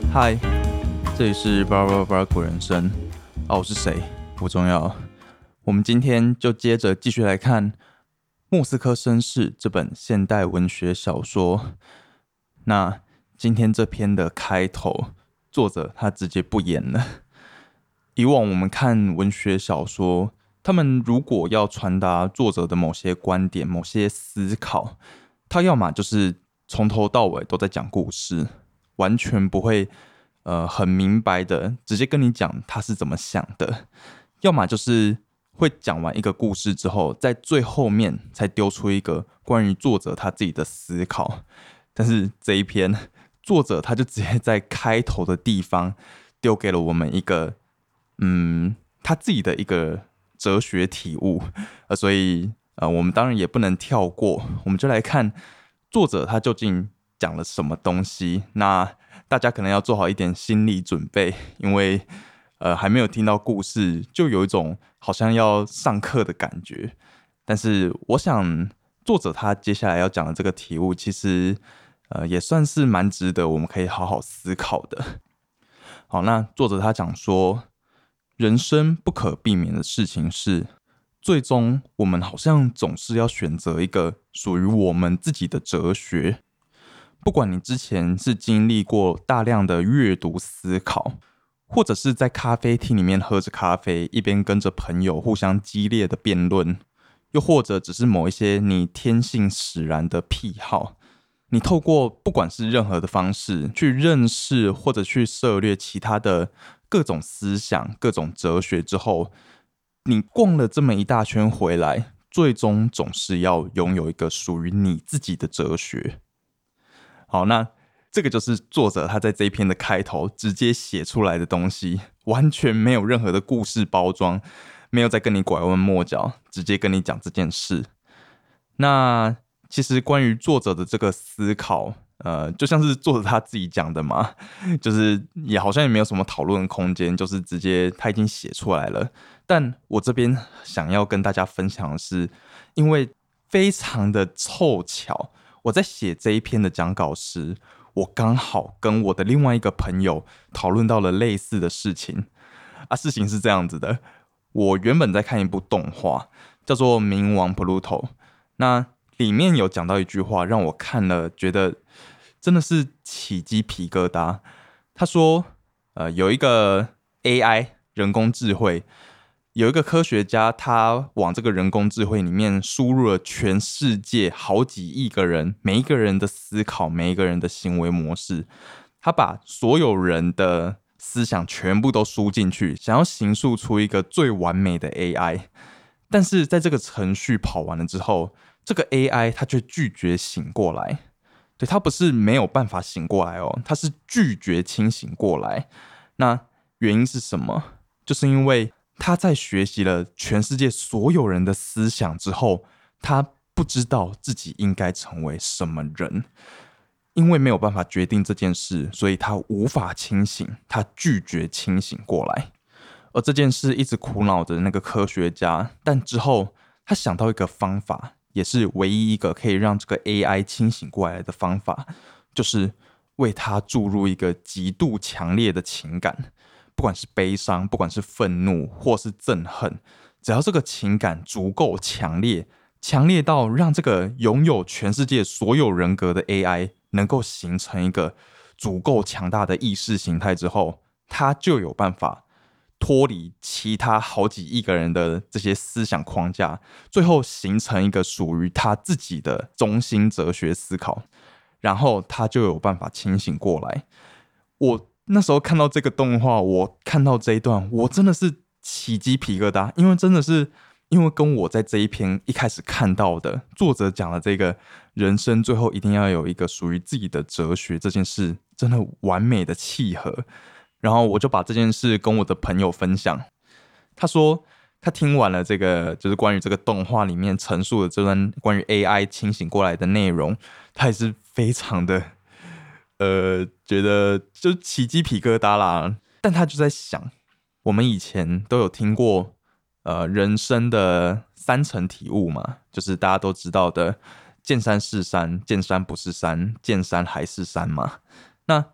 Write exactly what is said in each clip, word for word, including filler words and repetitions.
嗨，这里是巴拉巴拉巴拉果人生啊，我是谁不重要。我们今天就接着继续来看《莫斯科绅士》这本现代文学小说。那今天这篇的开头，作者他直接不演了。以往我们看文学小说，他们如果要传达作者的某些观点、某些思考，他要么就是从头到尾都在讲故事，完全不会呃很明白的直接跟你讲他是怎么想的，要么就是会讲完一个故事之后，在最后面才丢出一个关于作者他自己的思考。但是这一篇作者他就直接在开头的地方丢给了我们一个嗯他自己的一个哲学体悟，呃，所以呃我们当然也不能跳过，我们就来看作者他究竟讲了什么东西。那大家可能要做好一点心理准备，因为呃还没有听到故事，就有一种好像要上课的感觉。但是我想，作者他接下来要讲的这个题目，其实呃也算是蛮值得我们可以好好思考的。好，那作者他讲说，人生不可避免的事情是，最终我们好像总是要选择一个属于我们自己的哲学。不管你之前是经历过大量的阅读思考，或者是在咖啡厅里面喝着咖啡，一边跟着朋友互相激烈的辩论，又或者只是某一些你天性使然的癖好，你透过不管是任何的方式去认识或者去涉猎其他的各种思想、各种哲学之后，你逛了这么一大圈回来，最终总是要拥有一个属于你自己的哲学。好，那这个就是作者他在这一篇的开头直接写出来的东西，完全没有任何的故事包装，没有在跟你拐弯抹角，直接跟你讲这件事。那其实关于作者的这个思考，呃，就像是作者他自己讲的嘛，就是也好像也没有什么讨论的空间，就是直接他已经写出来了。但我这边想要跟大家分享的是，因为非常的凑巧，我在写这一篇的讲稿时，我刚好跟我的另外一个朋友讨论到了类似的事情啊。事情是这样子的，我原本在看一部动画，叫做《冥王 Pluto》，那里面有讲到一句话，让我看了觉得真的是起鸡皮疙瘩。他说，呃，有一个 A I 人工智慧。有一个科学家，他往这个人工智慧里面输入了全世界好几亿个人，每一个人的思考，每一个人的行为模式，他把所有人的思想全部都输进去，想要形塑出一个最完美的 A I。但是在这个程序跑完了之后，这个 A I 它却拒绝醒过来。对，它不是没有办法醒过来哦，它是拒绝清醒过来。那原因是什么？就是因为他在学习了全世界所有人的思想之后，他不知道自己应该成为什么人，因为没有办法决定这件事，所以他无法清醒，他拒绝清醒过来。而这件事一直苦恼的那个科学家，但之后他想到一个方法，也是唯一一个可以让这个 A I 清醒过来的方法，就是为他注入一个极度强烈的情感。不管是悲伤，不管是愤怒，或是憎恨，只要这个情感足够强烈，强烈到让这个拥有全世界所有人格的 A I 能够形成一个足够强大的意识形态之后，它就有办法脱离其他好几亿个人的这些思想框架，最后形成一个属于他自己的中心哲学思考，然后他就有办法清醒过来。我那时候看到这个动画，我看到这一段，我真的是起鸡皮疙瘩，因为真的是因为跟我在这一篇一开始看到的作者讲的这个人生最后一定要有一个属于自己的哲学这件事，真的完美的契合。然后我就把这件事跟我的朋友分享，他说他听完了这个就是关于这个动画里面陈述的这段关于 A I 清醒过来的内容，他也是非常的呃，觉得就起鸡皮疙瘩啦。但他就在想，我们以前都有听过呃人生的三层体悟嘛，就是大家都知道的见山是山，见山不是山，见山还是山嘛。那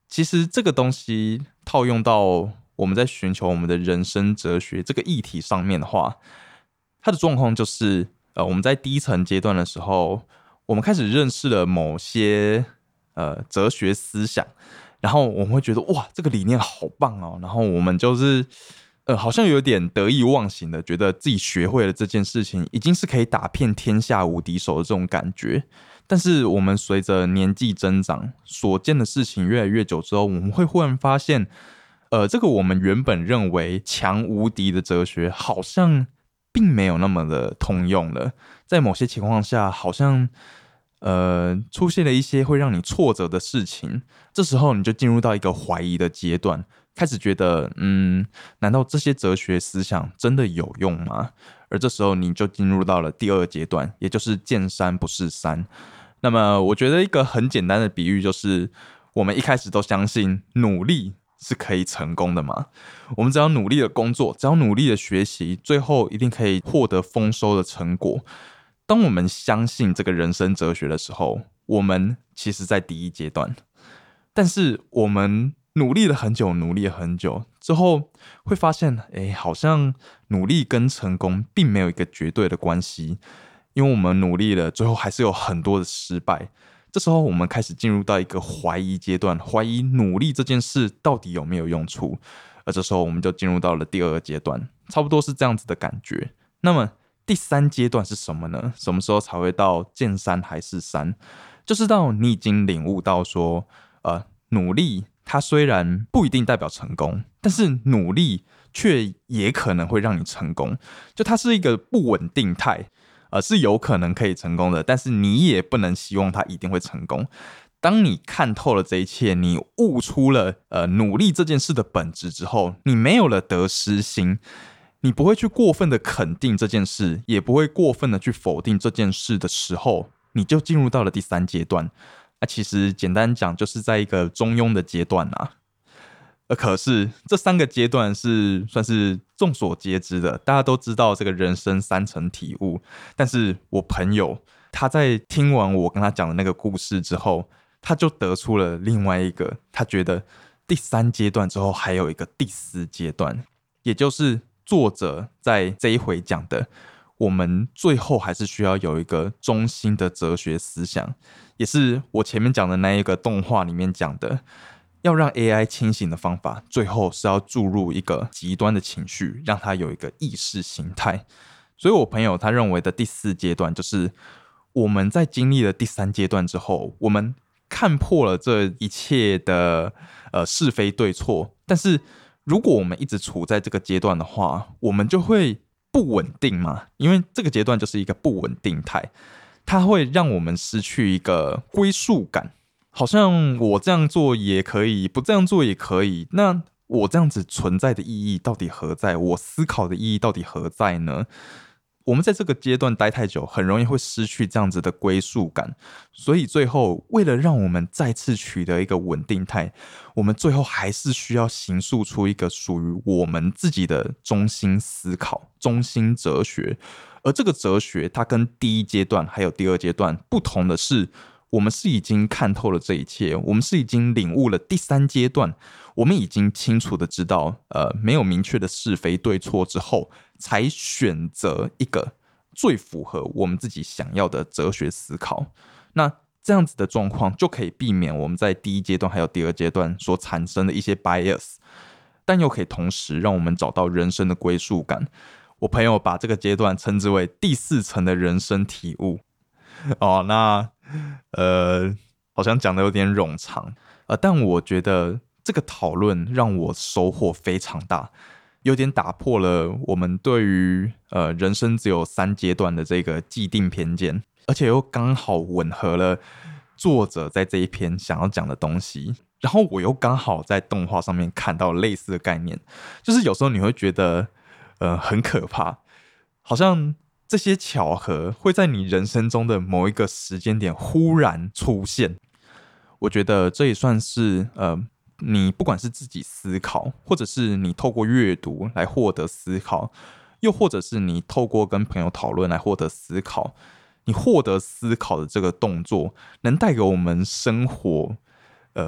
其实这个东西套用到我们在寻求我们的人生哲学这个议题上面的话，它的状况就是，呃，我们在第一层阶段的时候，我们开始认识了某些呃哲学思想，然后我们会觉得哇，这个理念好棒哦，然后我们就是呃好像有点得意忘形的，觉得自己学会了这件事情，已经是可以打遍天下无敌手的这种感觉。但是我们随着年纪增长，所见的事情越来越久之后，我们会忽然发现，呃，这个我们原本认为强无敌的哲学，好像并没有那么的通用了。在某些情况下，好像呃出现了一些会让你挫折的事情，这时候你就进入到一个怀疑的阶段，开始觉得，嗯，难道这些哲学思想真的有用吗？而这时候你就进入到了第二阶段，也就是见山不是山。那么我觉得一个很简单的比喻就是，我们一开始都相信努力是可以成功的嘛，我们只要努力的工作，只要努力的学习，最后一定可以获得丰收的成果。当我们相信这个人生哲学的时候，我们其实在第一阶段，但是我们努力了很久，努力了很久之后，会发现，哎，好像努力跟成功并没有一个绝对的关系。因为我们努力了，最后还是有很多的失败。这时候我们开始进入到一个怀疑阶段，怀疑努力这件事到底有没有用处。而这时候我们就进入到了第二个阶段，差不多是这样子的感觉。那么第三阶段是什么呢？什么时候才会到见山还是山？就是到你已经领悟到说，呃，努力它虽然不一定代表成功，但是努力却也可能会让你成功。就它是一个不稳定态。呃，是有可能可以成功的，但是你也不能希望它一定会成功。当你看透了这一切，你悟出了呃努力这件事的本质之后，你没有了得失心，你不会去过分的肯定这件事，也不会过分的去否定这件事的时候，你就进入到了第三阶段。那、啊、其实简单讲，就是在一个中庸的阶段啊。呃，可是这三个阶段是算是众所皆知的，大家都知道这个人生三层体悟。但是我朋友他在听完我跟他讲的那个故事之后，他就得出了另外一个，他觉得第三阶段之后还有一个第四阶段，也就是作者在这一回讲的，我们最后还是需要有一个中心的哲学思想，也是我前面讲的那一个动画里面讲的。要让 A I 清醒的方法，最后是要注入一个极端的情绪，让它有一个意识形态。所以我朋友他认为的第四阶段，就是我们在经历了第三阶段之后，我们看破了这一切的呃是非对错。但是如果我们一直处在这个阶段的话，我们就会不稳定嘛，因为这个阶段就是一个不稳定态，它会让我们失去一个归属感。好像我这样做也可以，不这样做也可以。那我这样子存在的意义到底何在？我思考的意义到底何在呢？我们在这个阶段待太久，很容易会失去这样子的归属感。所以最后，为了让我们再次取得一个稳定态，我们最后还是需要形塑出一个属于我们自己的中心思考、中心哲学。而这个哲学，它跟第一阶段还有第二阶段不同的是，我们是已经看透了这一切，我们是已经领悟了第三阶段，我们已经清楚的知道，呃，没有明确的是非对错之后，才选择一个最符合我们自己想要的哲学思考。那这样子的状况就可以避免我们在第一阶段还有第二阶段所产生的一些 bias， 但又可以同时让我们找到人生的归属感。我朋友把这个阶段称之为第四层的人生体悟。哦，那呃，好像讲的有点冗长，呃，但我觉得这个讨论让我收获非常大，有点打破了我们对于呃人生只有三阶段的这个既定偏见，而且又刚好吻合了作者在这一篇想要讲的东西。然后我又刚好在动画上面看到类似的概念，就是有时候你会觉得呃很可怕，好像这些巧合会在你人生中的某一个时间点忽然出现。我觉得这也算是呃，你不管是自己思考，或者是你透过阅读来获得思考，又或者是你透过跟朋友讨论来获得思考，你获得思考的这个动作，能带给我们生活呃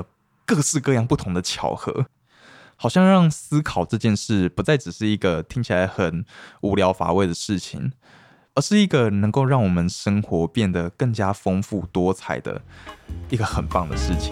各式各样不同的巧合，好像让思考这件事不再只是一个听起来很无聊乏味的事情，而是一个能够让我们生活变得更加丰富多彩的一个很棒的事情。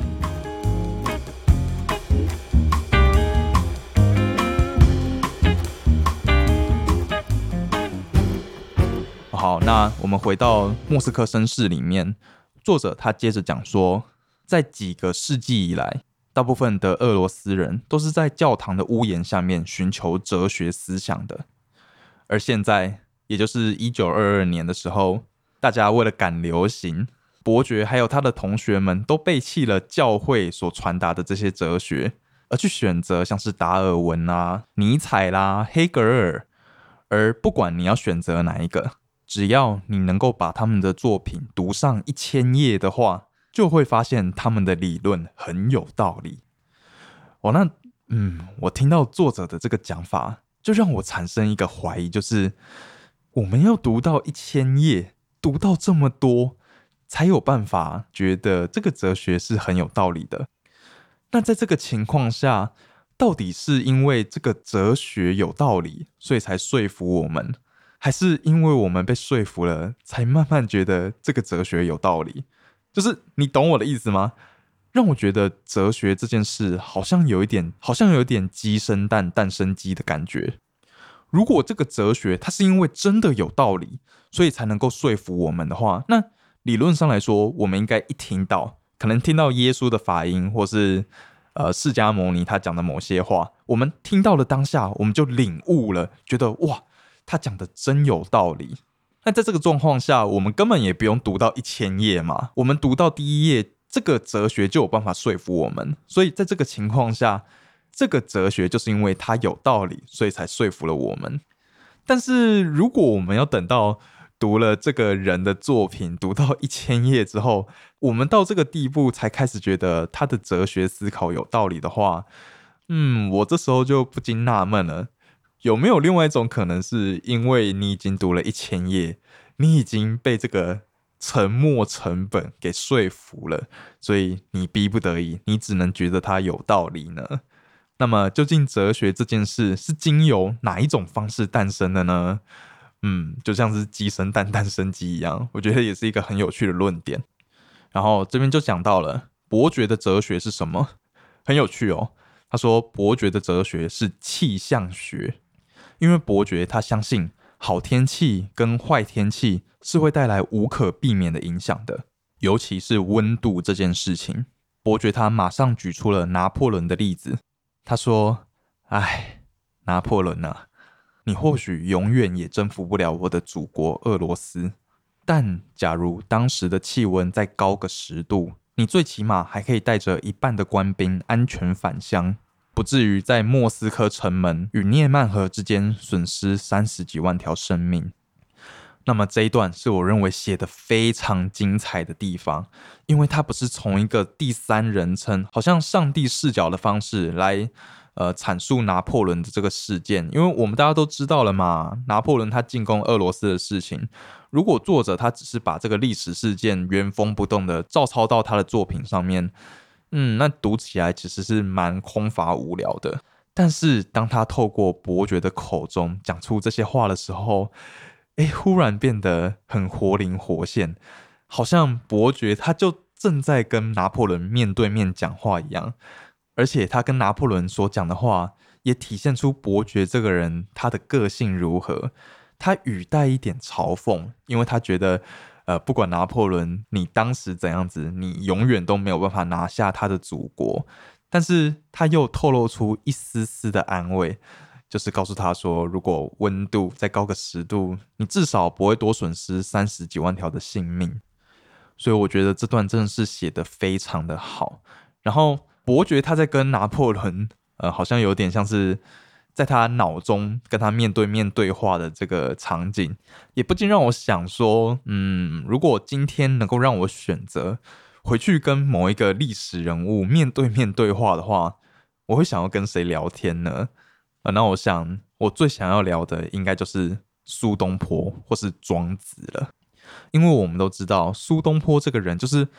好，那我们回到莫斯科绅士里面，作者他接着讲说，在几个世纪以来，大部分的俄罗斯人都是在教堂的屋檐下面寻求哲学思想的，而现在，也就是一九二二年的时候，大家为了赶流行，伯爵还有他的同学们都背弃了教会所传达的这些哲学，而去选择像是达尔文啊、尼采啦、黑格尔，而不管你要选择哪一个，只要你能够把他们的作品读上一千页的话，就会发现他们的理论很有道理。哦，那嗯，我听到作者的这个讲法，就让我产生一个怀疑，就是我们要读到一千页，读到这么多，才有办法觉得这个哲学是很有道理的。那在这个情况下，到底是因为这个哲学有道理，所以才说服我们？还是因为我们被说服了，才慢慢觉得这个哲学有道理？就是你懂我的意思吗？让我觉得哲学这件事好像有一点，好像有一点鸡生蛋，蛋生鸡的感觉。如果这个哲学它是因为真的有道理，所以才能够说服我们的话，那理论上来说，我们应该一听到，可能听到耶稣的法音，或是呃释迦牟尼他讲的某些话，我们听到了当下，我们就领悟了，觉得哇，他讲的真有道理。那在这个状况下，我们根本也不用读到一千页嘛，我们读到第一页，这个哲学就有办法说服我们。所以在这个情况下，这个哲学就是因为它有道理，所以才说服了我们。但是如果我们要等到读了这个人的作品，读到一千页之后，我们到这个地步才开始觉得他的哲学思考有道理的话，嗯，我这时候就不禁纳闷了。有没有另外一种可能，是因为你已经读了一千页，你已经被这个沉没成本给说服了，所以你逼不得已，你只能觉得它有道理呢？那么，究竟哲学这件事是经由哪一种方式诞生的呢？嗯，就像是鸡生蛋，蛋生鸡一样，我觉得也是一个很有趣的论点。然后这边就讲到了伯爵的哲学是什么，很有趣哦。他说，伯爵的哲学是气象学。因为伯爵他相信好天气跟坏天气是会带来无可避免的影响的，尤其是温度这件事情。伯爵他马上举出了拿破仑的例子，他说：哎，拿破仑啊，你或许永远也征服不了我的祖国俄罗斯，但假如当时的气温再高个十度，你最起码还可以带着一半的官兵安全返乡，不至于在莫斯科城门与涅曼河之间损失三十几万条生命。那么这一段是我认为写得非常精彩的地方，因为它不是从一个第三人称，好像上帝视角的方式来呃阐述拿破仑的这个事件。因为我们大家都知道了嘛，拿破仑他进攻俄罗斯的事情，如果作者他只是把这个历史事件原封不动的照抄到他的作品上面，嗯，那读起来其实是蛮空乏无聊的。但是当他透过伯爵的口中讲出这些话的时候，诶，忽然变得很活灵活现，好像伯爵他就正在跟拿破仑面对面讲话一样。而且他跟拿破仑所讲的话，也体现出伯爵这个人他的个性如何。他语带一点嘲讽，因为他觉得呃，不管拿破仑你当时怎样子，你永远都没有办法拿下他的祖国。但是他又透露出一丝丝的安慰，就是告诉他说，如果温度再高个十度，你至少不会多损失三十几万条的性命。所以我觉得这段真的是写得非常的好。然后伯爵他在跟拿破仑，呃，好像有点像是在他脑中跟他面对面对话的这个场景，也不禁让我想说，嗯，如果今天能够让我选择回去跟某一个历史人物面对面对话的话，我会想要跟谁聊天呢？呃，那我想我最想要聊的应该就是苏东坡或是庄子了。因为我们都知道苏东坡这个人就是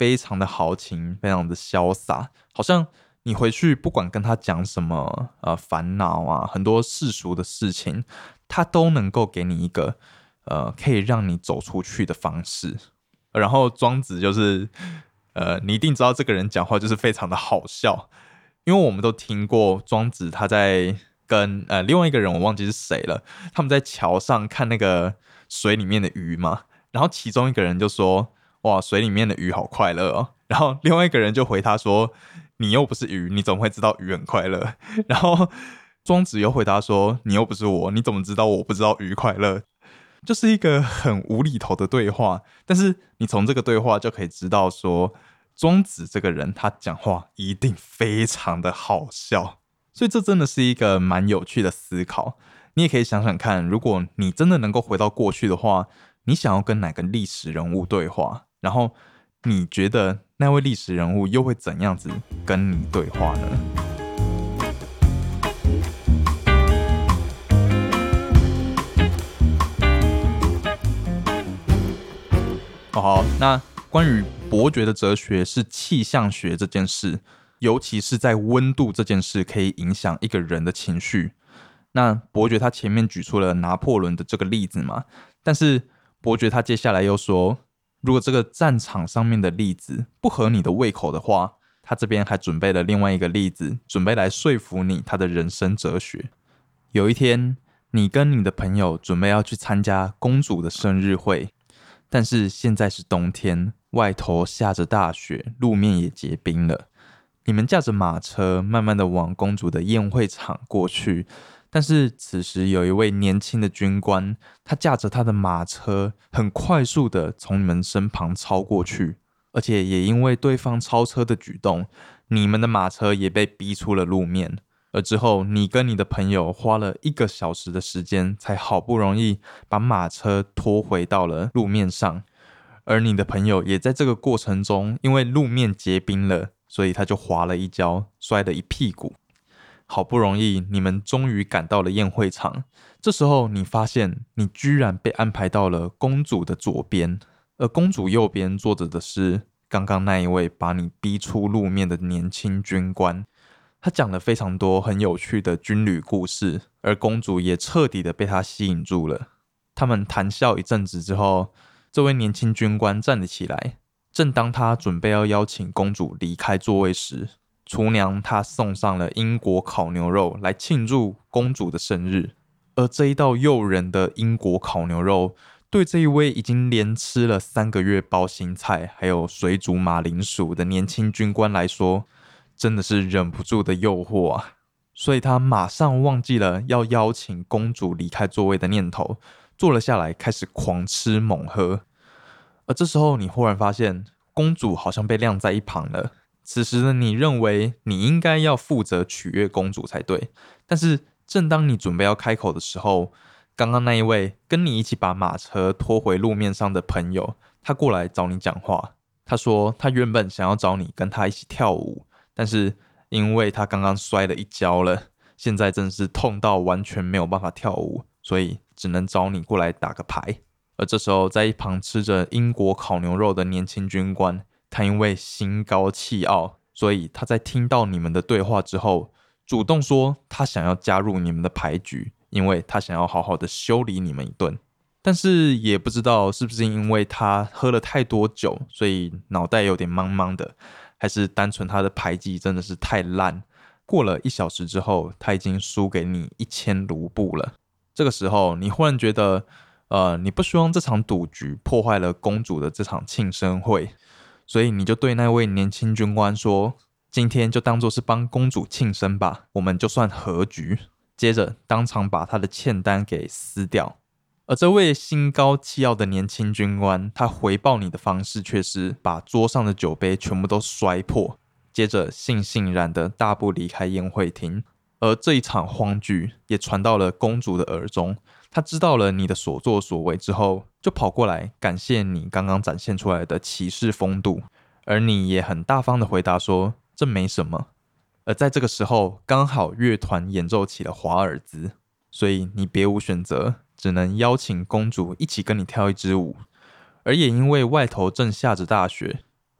非常的豪情，非常的潇洒，好像你回去不管跟他讲什么呃烦恼啊，很多世俗的事情，他都能够给你一个呃可以让你走出去的方式。然后庄子就是呃你一定知道这个人讲话就是非常的好笑，因为我们都听过庄子他在跟呃另外一个人我忘记是谁了，他们在桥上看那个水里面的鱼嘛，然后其中一个人就说哇水里面的鱼好快乐哦，然后另外一个人就回他说你又不是鱼，你怎么会知道鱼很快乐？然后庄子又回答说你又不是我，你怎么知道我不知道鱼快乐？就是一个很无厘头的对话，但是你从这个对话就可以知道说庄子这个人他讲话一定非常的好笑，所以这真的是一个蛮有趣的思考。你也可以想想看，如果你真的能够回到过去的话，你想要跟哪个历史人物对话，然后你觉得那位历史人物又会怎样子跟你对话呢？哦好，那关于伯爵的哲学是气象学这件事，尤其是在温度这件事可以影响一个人的情绪。那伯爵他前面举出了拿破仑的这个例子嘛，但是伯爵他接下来又说，如果这个战场上面的例子不合你的胃口的话，他这边还准备了另外一个例子，准备来说服你他的人生哲学。有一天，你跟你的朋友准备要去参加公主的生日会，但是现在是冬天，外头下着大雪，路面也结冰了。你们驾着马车，慢慢的往公主的宴会场过去。但是此时有一位年轻的军官，他驾着他的马车，很快速的从你们身旁超过去，而且也因为对方超车的举动，你们的马车也被逼出了路面。而之后，你跟你的朋友花了一个小时的时间，才好不容易把马车拖回到了路面上。而你的朋友也在这个过程中，因为路面结冰了，所以他就滑了一跤，摔了一屁股。好不容易，你们终于赶到了宴会场。这时候，你发现你居然被安排到了公主的左边，而公主右边坐着的是刚刚那一位把你逼出路面的年轻军官。他讲了非常多很有趣的军旅故事，而公主也彻底的被他吸引住了。他们谈笑一阵子之后，这位年轻军官站了起来。正当他准备要邀请公主离开座位时，厨娘她送上了英国烤牛肉来庆祝公主的生日。而这一道诱人的英国烤牛肉，对这一位已经连吃了三个月包心菜还有水煮马铃薯的年轻军官来说，真的是忍不住的诱惑啊！所以他马上忘记了要邀请公主离开座位的念头，坐了下来，开始狂吃猛喝。而这时候，你忽然发现，公主好像被晾在一旁了。此时的你认为你应该要负责取悦公主才对，但是正当你准备要开口的时候，刚刚那一位跟你一起把马车拖回路面上的朋友，他过来找你讲话。他说他原本想要找你跟他一起跳舞，但是因为他刚刚摔了一跤了，现在真是痛到完全没有办法跳舞，所以只能找你过来打个牌。而这时候，在一旁吃着英国烤牛肉的年轻军官，他因为心高气傲，所以他在听到你们的对话之后，主动说他想要加入你们的牌局，因为他想要好好的修理你们一顿。但是也不知道是不是因为他喝了太多酒，所以脑袋有点茫茫的，还是单纯他的牌技真的是太烂。过了一小时之后，他已经输给你一千卢布了。这个时候，你忽然觉得，呃，你不希望这场赌局破坏了公主的这场庆生会，所以你就对那位年轻军官说：“今天就当作是帮公主庆生吧，我们就算和局。”接着，当场把他的欠单给撕掉。而这位心高气傲的年轻军官，他回报你的方式却是把桌上的酒杯全部都摔破，接着悻悻然的大步离开宴会厅。而这一场荒剧也传到了公主的耳中，她知道了你的所作所为之后，就跑过来感谢你刚刚展现出来的骑士风度，而你也很大方的回答说这没什么。而在这个时候，刚好乐团演奏起了华尔兹，所以你别无选择，只能邀请公主一起跟你跳一支舞。而也因为外头正下着大雪，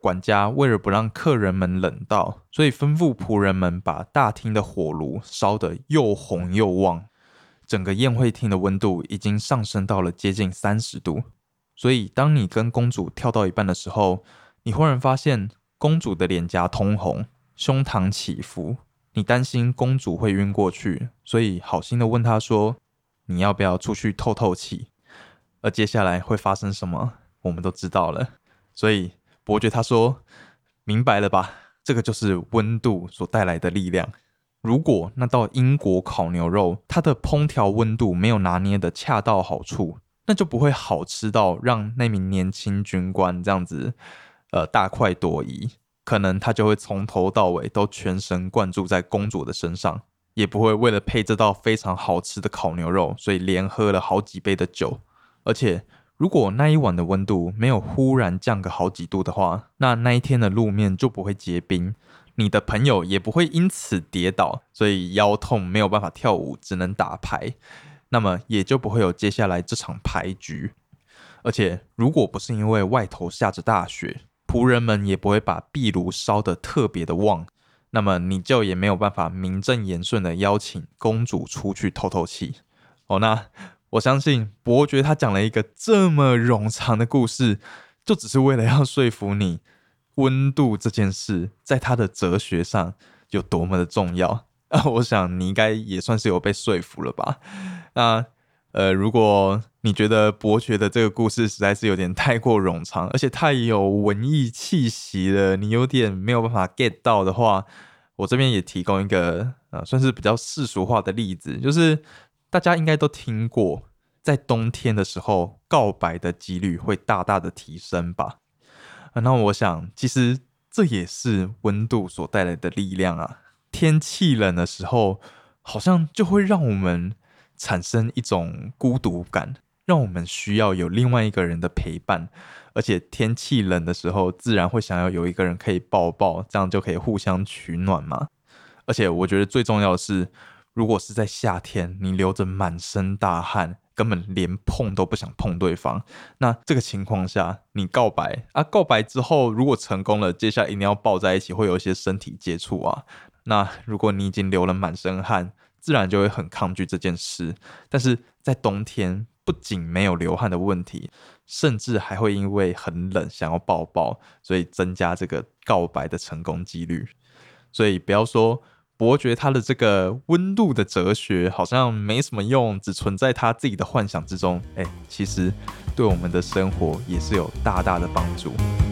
管家为了不让客人们冷到，所以吩咐仆人们把大厅的火炉烧得又红又旺，整个宴会厅的温度已经上升到了接近三十度。所以当你跟公主跳到一半的时候，你忽然发现公主的脸颊通红，胸膛起伏，你担心公主会晕过去，所以好心的问她说，你要不要出去透透气？而接下来会发生什么我们都知道了。所以伯爵他说，明白了吧，这个就是温度所带来的力量。如果那道英国烤牛肉它的烹调温度没有拿捏的恰到好处，那就不会好吃到让那名年轻军官这样子呃大快朵颐，可能他就会从头到尾都全神贯注在公主的身上，也不会为了配这道非常好吃的烤牛肉，所以连喝了好几杯的酒。而且如果那一晚的温度没有忽然降个好几度的话，那那一天的路面就不会结冰，你的朋友也不会因此跌倒，所以腰痛没有办法跳舞，只能打牌，那么也就不会有接下来这场牌局。而且如果不是因为外头下着大雪，仆人们也不会把壁炉烧得特别的旺，那么你就也没有办法名正言顺的邀请公主出去透透气。哦，那我相信伯爵他讲了一个这么冗长的故事，就只是为了要说服你温度这件事在他的哲学上有多么的重要。啊，我想你应该也算是有被说服了吧。那呃，如果你觉得伯爵的这个故事实在是有点太过冗长，而且太有文艺气息了，你有点没有办法 get 到的话，我这边也提供一个呃算是比较世俗化的例子，就是大家应该都听过，在冬天的时候告白的几率会大大的提升吧。啊，那我想其实这也是温度所带来的力量啊。天气冷的时候好像就会让我们产生一种孤独感，让我们需要有另外一个人的陪伴，而且天气冷的时候自然会想要有一个人可以抱抱，这样就可以互相取暖嘛。而且我觉得最重要的是，如果是在夏天，你流着满身大汗，根本连碰都不想碰对方，那这个情况下你告白啊，告白之后如果成功了，接下来一定要抱在一起，会有一些身体接触啊。那如果你已经流了满身汗，自然就会很抗拒这件事。但是在冬天不仅没有流汗的问题，甚至还会因为很冷想要抱抱，所以增加这个告白的成功几率。所以不要说伯爵他的这个温度的哲学好像没什么用，只存在他自己的幻想之中，欸，其实对我们的生活也是有大大的帮助。